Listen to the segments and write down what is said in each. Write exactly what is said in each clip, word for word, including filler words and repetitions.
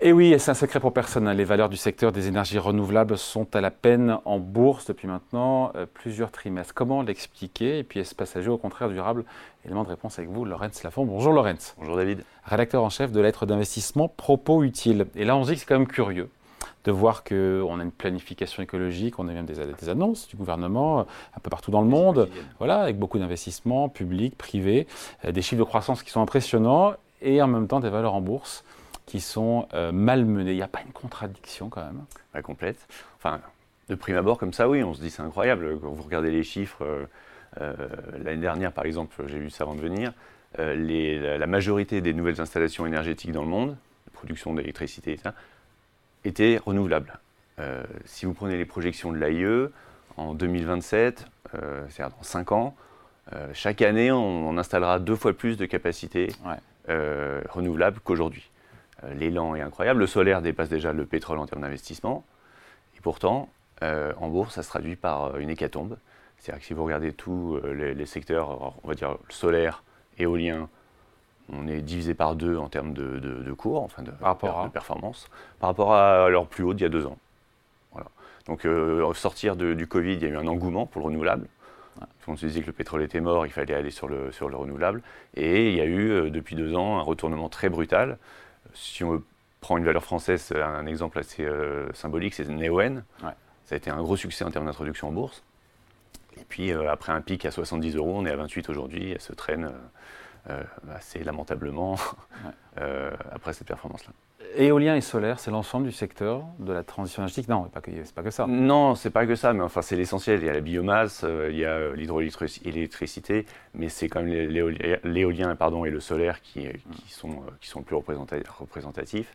Et oui, et c'est un secret pour personne, hein. Les valeurs du secteur des énergies renouvelables sont à la peine en bourse depuis maintenant euh, plusieurs trimestres. Comment l'expliquer? Et puis est-ce passager au contraire durable? Élément de réponse avec vous, Laurence Lafont. Bonjour Laurence. Bonjour David. Rédacteur en chef de la lettre d'investissement Propos Utiles. Et là on se dit que c'est quand même curieux de voir qu'on a une planification écologique, on a même des, des annonces du gouvernement un peu partout dans le monde, voilà, avec beaucoup d'investissements publics, privés, euh, des chiffres de croissance qui sont impressionnants et en même temps des valeurs en bourse qui sont euh, malmenées. Il n'y a pas une contradiction quand même? Pas complète. Enfin, de prime abord comme ça, oui, on se dit c'est incroyable. Quand vous regardez les chiffres, euh, euh, l'année dernière par exemple, j'ai vu ça avant de venir, euh, les, la, la majorité des nouvelles installations énergétiques dans le monde, de production d'électricité, et cetera, étaient renouvelables. Euh, si vous prenez les projections de l'A I E, en deux mille vingt-sept, euh, c'est-à-dire dans cinq ans, euh, chaque année on, on installera deux fois plus de capacités ouais. euh, renouvelables qu'aujourd'hui. L'élan est incroyable, le solaire dépasse déjà le pétrole en termes d'investissement, et pourtant, euh, en bourse, ça se traduit par une hécatombe. C'est-à-dire que si vous regardez tous les, les secteurs, on va dire solaire, éolien, on est divisé par deux en termes de, de, de cours, enfin de, par rapport de, à... de performance, par rapport à leur plus haut d'il y a deux ans. Voilà. Donc, euh, au sortir de, du Covid, il y a eu un engouement pour le renouvelable. Ouais. On se disait que le pétrole était mort, il fallait aller sur le, sur le renouvelable, et il y a eu, euh, depuis deux ans, un retournement très brutal. Si on prend une valeur française, un exemple assez euh, symbolique, c'est Neoen. Ouais. Ça a été un gros succès en termes d'introduction en bourse. Et puis, euh, après un pic à soixante-dix euros, on est à vingt-huit aujourd'hui. Elle se traîne euh, euh, assez lamentablement ouais. euh, après cette performance-là. Éolien et solaire, c'est l'ensemble du secteur de la transition énergétique? Non, c'est pas que, c'est pas que ça. Non, c'est pas que ça, mais enfin, c'est l'essentiel. Il y a la biomasse, euh, il y a l'hydroélectricité, mais c'est quand même l'éolien pardon, et le solaire qui, qui, sont, qui sont le plus représentatifs.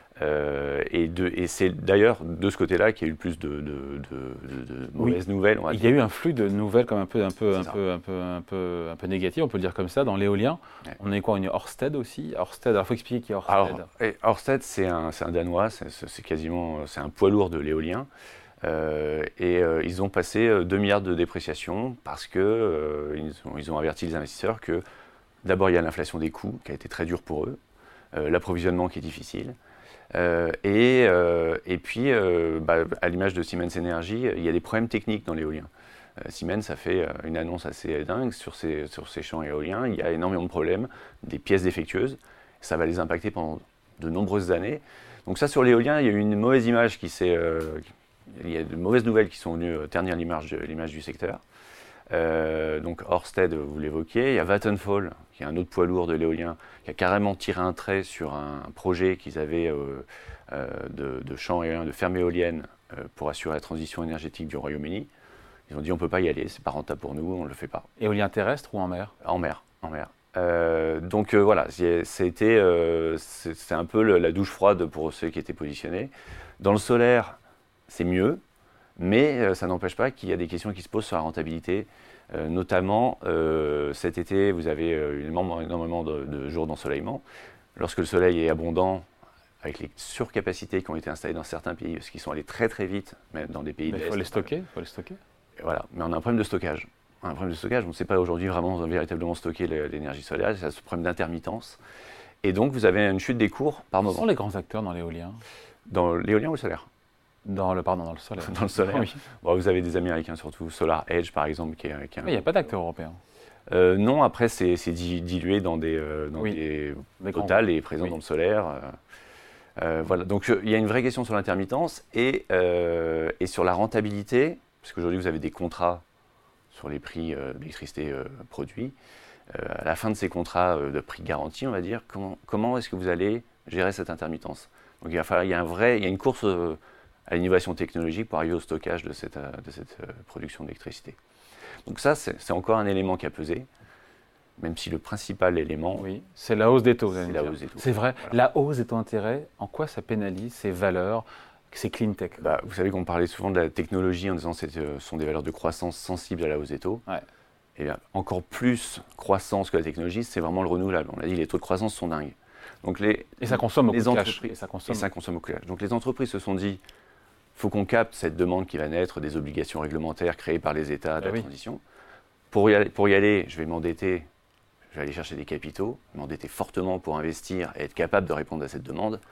Euh, et de, et c'est d'ailleurs de ce côté-là qu'il y a eu le plus de, de, de, de, de mauvaises oui. nouvelles. On va il dire. y a eu un flux de nouvelles comme un peu, un peu, un peu, un peu, un peu, un peu négatives, on peut le dire comme ça, dans l'éolien. Ouais. On a eu quoi? Une Ørsted aussi. Ørsted. Alors il faut expliquer qui est Ørsted. Alors, Ørsted, c'est un, c'est un Danois, c'est, c'est quasiment, c'est un poids lourd de l'éolien. Euh, et euh, ils ont passé deux milliards de dépréciation parce que euh, ils, ont, ils ont averti les investisseurs que d'abord il y a l'inflation des coûts qui a été très dure pour eux, euh, l'approvisionnement qui est difficile. Euh, et, euh, et puis, euh, bah, à l'image de Siemens Energy, il y a des problèmes techniques dans l'éolien. Euh, Siemens a fait une annonce assez dingue sur ces, sur ces champs éoliens. Il y a énormément de problèmes, des pièces défectueuses. Ça va les impacter pendant de nombreuses années. Donc ça, sur l'éolien, il y a eu une mauvaise image qui s'est... Euh, il y a de mauvaises nouvelles qui sont venues ternir l'image, l'image du secteur. Euh, donc Ørsted, vous l'évoquiez, il y a Vattenfall, qui est un autre poids lourd de l'éolien, qui a carrément tiré un trait sur un projet qu'ils avaient euh, euh, de, de champs éoliens, de fermes éoliennes euh, pour assurer la transition énergétique du Royaume-Uni. Ils ont dit on ne peut pas y aller, c'est pas rentable pour nous, on ne le fait pas. Éolien terrestre ou en mer? En mer, en mer. Euh, donc euh, voilà, c'était, euh, c'est, c'est un peu le, la douche froide pour ceux qui étaient positionnés. Dans le solaire, c'est mieux. Mais euh, ça n'empêche pas qu'il y a des questions qui se posent sur la rentabilité. Euh, notamment, euh, cet été, vous avez euh, énormément, énormément de, de jours d'ensoleillement. Lorsque le soleil est abondant, avec les surcapacités qui ont été installées dans certains pays, parce qu'ils sont allés très très vite, même dans des pays de l'Est. Il faut les stocker, faut les stocker. Voilà. Mais on a un problème de stockage. Un problème de stockage, on ne sait pas aujourd'hui vraiment véritablement stocker l'énergie solaire, c'est ce problème d'intermittence. Et donc, vous avez une chute des cours par moment. Quels sont les grands acteurs dans l'éolien? Dans l'éolien ou le solaire? Dans le, pardon, dans le solaire. Dans le solaire. Oui. Bon, vous avez des Américains surtout, Solar Edge par exemple. Qui est, qui est Mais il n'y a pas d'acteurs européens. Euh, non, après c'est, c'est dilué dans des, euh, dans oui. des Total et présent oui. dans le solaire. Euh, euh, voilà. Donc il y a une vraie question sur l'intermittence et, euh, et sur la rentabilité, parce qu'aujourd'hui vous avez des contrats sur les prix euh, d'électricité euh, produits. Euh, à la fin de ces contrats euh, de prix garanti, on va dire, comment, comment est-ce que vous allez gérer cette intermittence? Donc il, va falloir, il y a un vrai, il y a une course euh, à l'innovation technologique pour arriver au stockage de cette, de cette euh, production d'électricité. Donc ça, c'est, c'est encore un élément qui a pesé, même si le principal élément... Oui, c'est la hausse des taux. C'est la hausse des taux. C'est vrai. Voilà. La hausse des taux d'intérêt, en quoi ça pénalise ces valeurs, ces clean tech? Bah, vous savez qu'on parlait souvent de la technologie en disant que ce euh, sont des valeurs de croissance sensibles à la hausse des taux. Ouais. Et bien, encore plus croissance que la technologie, c'est vraiment le renouvelable. On l'a dit, les taux de croissance sont dingues. Donc les, et ça consomme beaucoup les de entreprises, cash. Et ça consomme, et ça consomme beaucoup de cash. Donc les entreprises se sont dit... Il faut qu'on capte cette demande qui va naître des obligations réglementaires créées par les États de ben la oui. transition. Pour y, aller, pour y aller, je vais m'endetter, je vais aller chercher des capitaux, m'endetter fortement pour investir et être capable de répondre à cette demande.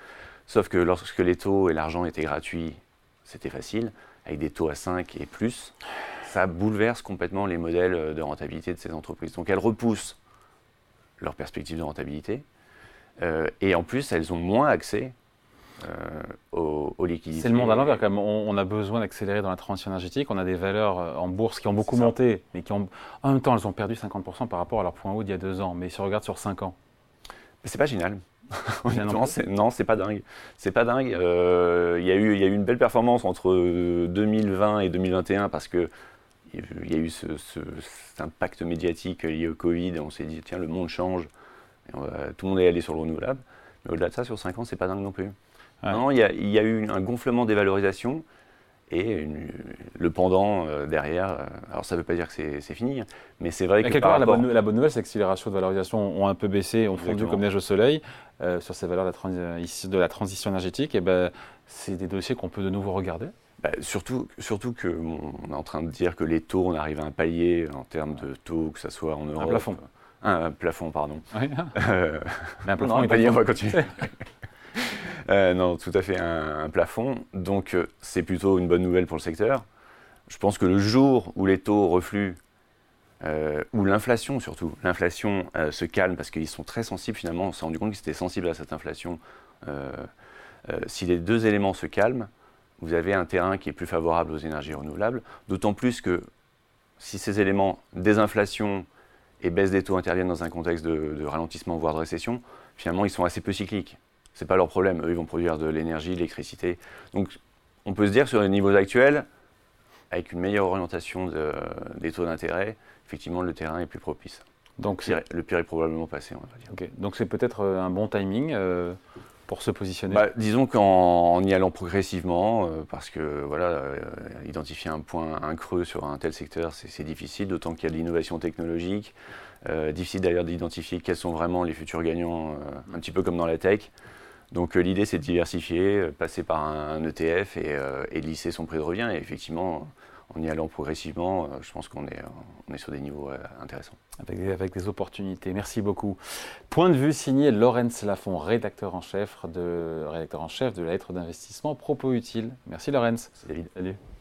Sauf que lorsque les taux et l'argent étaient gratuits, c'était facile, avec des taux à cinq et plus, ça bouleverse complètement les modèles de rentabilité de ces entreprises. Donc elles repoussent leurs perspectives de rentabilité, euh, et en plus elles ont moins accès euh, aux, aux liquidités. C'est le monde à l'envers quand même. On, on a besoin d'accélérer dans la transition énergétique. On a des valeurs en bourse qui ont beaucoup monté, mais qui ont, en même temps elles ont perdu cinquante pour cent par rapport à leur point haut d'il y a deux ans. Mais si on regarde sur cinq ans. C'est pas génial. Honnêtement, c'est, non, c'est pas dingue. C'est pas dingue. Il euh, y, y a eu une belle performance entre deux mille vingt et deux mille vingt et un parce que il y a eu ce, ce, cet impact médiatique lié au Covid. Et on s'est dit, tiens, le monde change. Et on va, tout le monde est allé sur le renouvelable. Mais au-delà de ça, sur cinq ans, c'est pas dingue non plus. Ouais. Non, il y, y a eu un gonflement des valorisations. Et une, le pendant euh, derrière, euh, alors ça ne veut pas dire que c'est, c'est fini, hein, mais c'est vrai et que par part, rapport... la, bonne, la bonne nouvelle, c'est que si les ratios de valorisation ont un peu baissé, ont fondu comme neige au soleil, euh, sur ces valeurs de la, transi- de la transition énergétique, et ben, c'est des dossiers qu'on peut de nouveau regarder. Bah, surtout, surtout qu'on est en train de dire que les taux, on arrive à un palier en termes de taux, que ce soit en Europe... Un plafond. Un, un plafond, pardon. Oui. euh, mais un plafond, non, un palier, on va continuer. Euh, non, tout à fait un, un plafond. Donc, euh, c'est plutôt une bonne nouvelle pour le secteur. Je pense que le jour où les taux refluent, euh, où l'inflation surtout, l'inflation euh, se calme parce qu'ils sont très sensibles finalement, on s'est rendu compte qu'ils étaient sensibles à cette inflation. Euh, euh, si les deux éléments se calment, vous avez un terrain qui est plus favorable aux énergies renouvelables, d'autant plus que si ces éléments, désinflation et baisse des taux interviennent dans un contexte de, de ralentissement, voire de récession, finalement ils sont assez peu cycliques. C'est pas leur problème, eux ils vont produire de l'énergie, de l'électricité. Donc on peut se dire sur les niveaux actuels, avec une meilleure orientation de, des taux d'intérêt, effectivement le terrain est plus propice. Donc le pire, le pire est probablement passé, on va dire. Okay. Donc c'est peut-être un bon timing euh, pour se positionner. Bah, disons qu'en en y allant progressivement, euh, parce que voilà, euh, identifier un point, un creux sur un tel secteur, c'est, c'est difficile, d'autant qu'il y a de l'innovation technologique. Euh, difficile d'ailleurs d'identifier quels sont vraiment les futurs gagnants, euh, un petit peu comme dans la tech. Donc euh, l'idée c'est de diversifier, euh, passer par un, un E T F et, euh, et lisser son prix de revient. Et effectivement, en y allant progressivement, euh, je pense qu'on est, on est sur des niveaux euh, intéressants. Avec des, avec des opportunités. Merci beaucoup. Point de vue signé Laurence Lafont, rédacteur en chef de, rédacteur en chef de la lettre d'investissement Propos Utile. Merci Laurence. C'est David. Salut.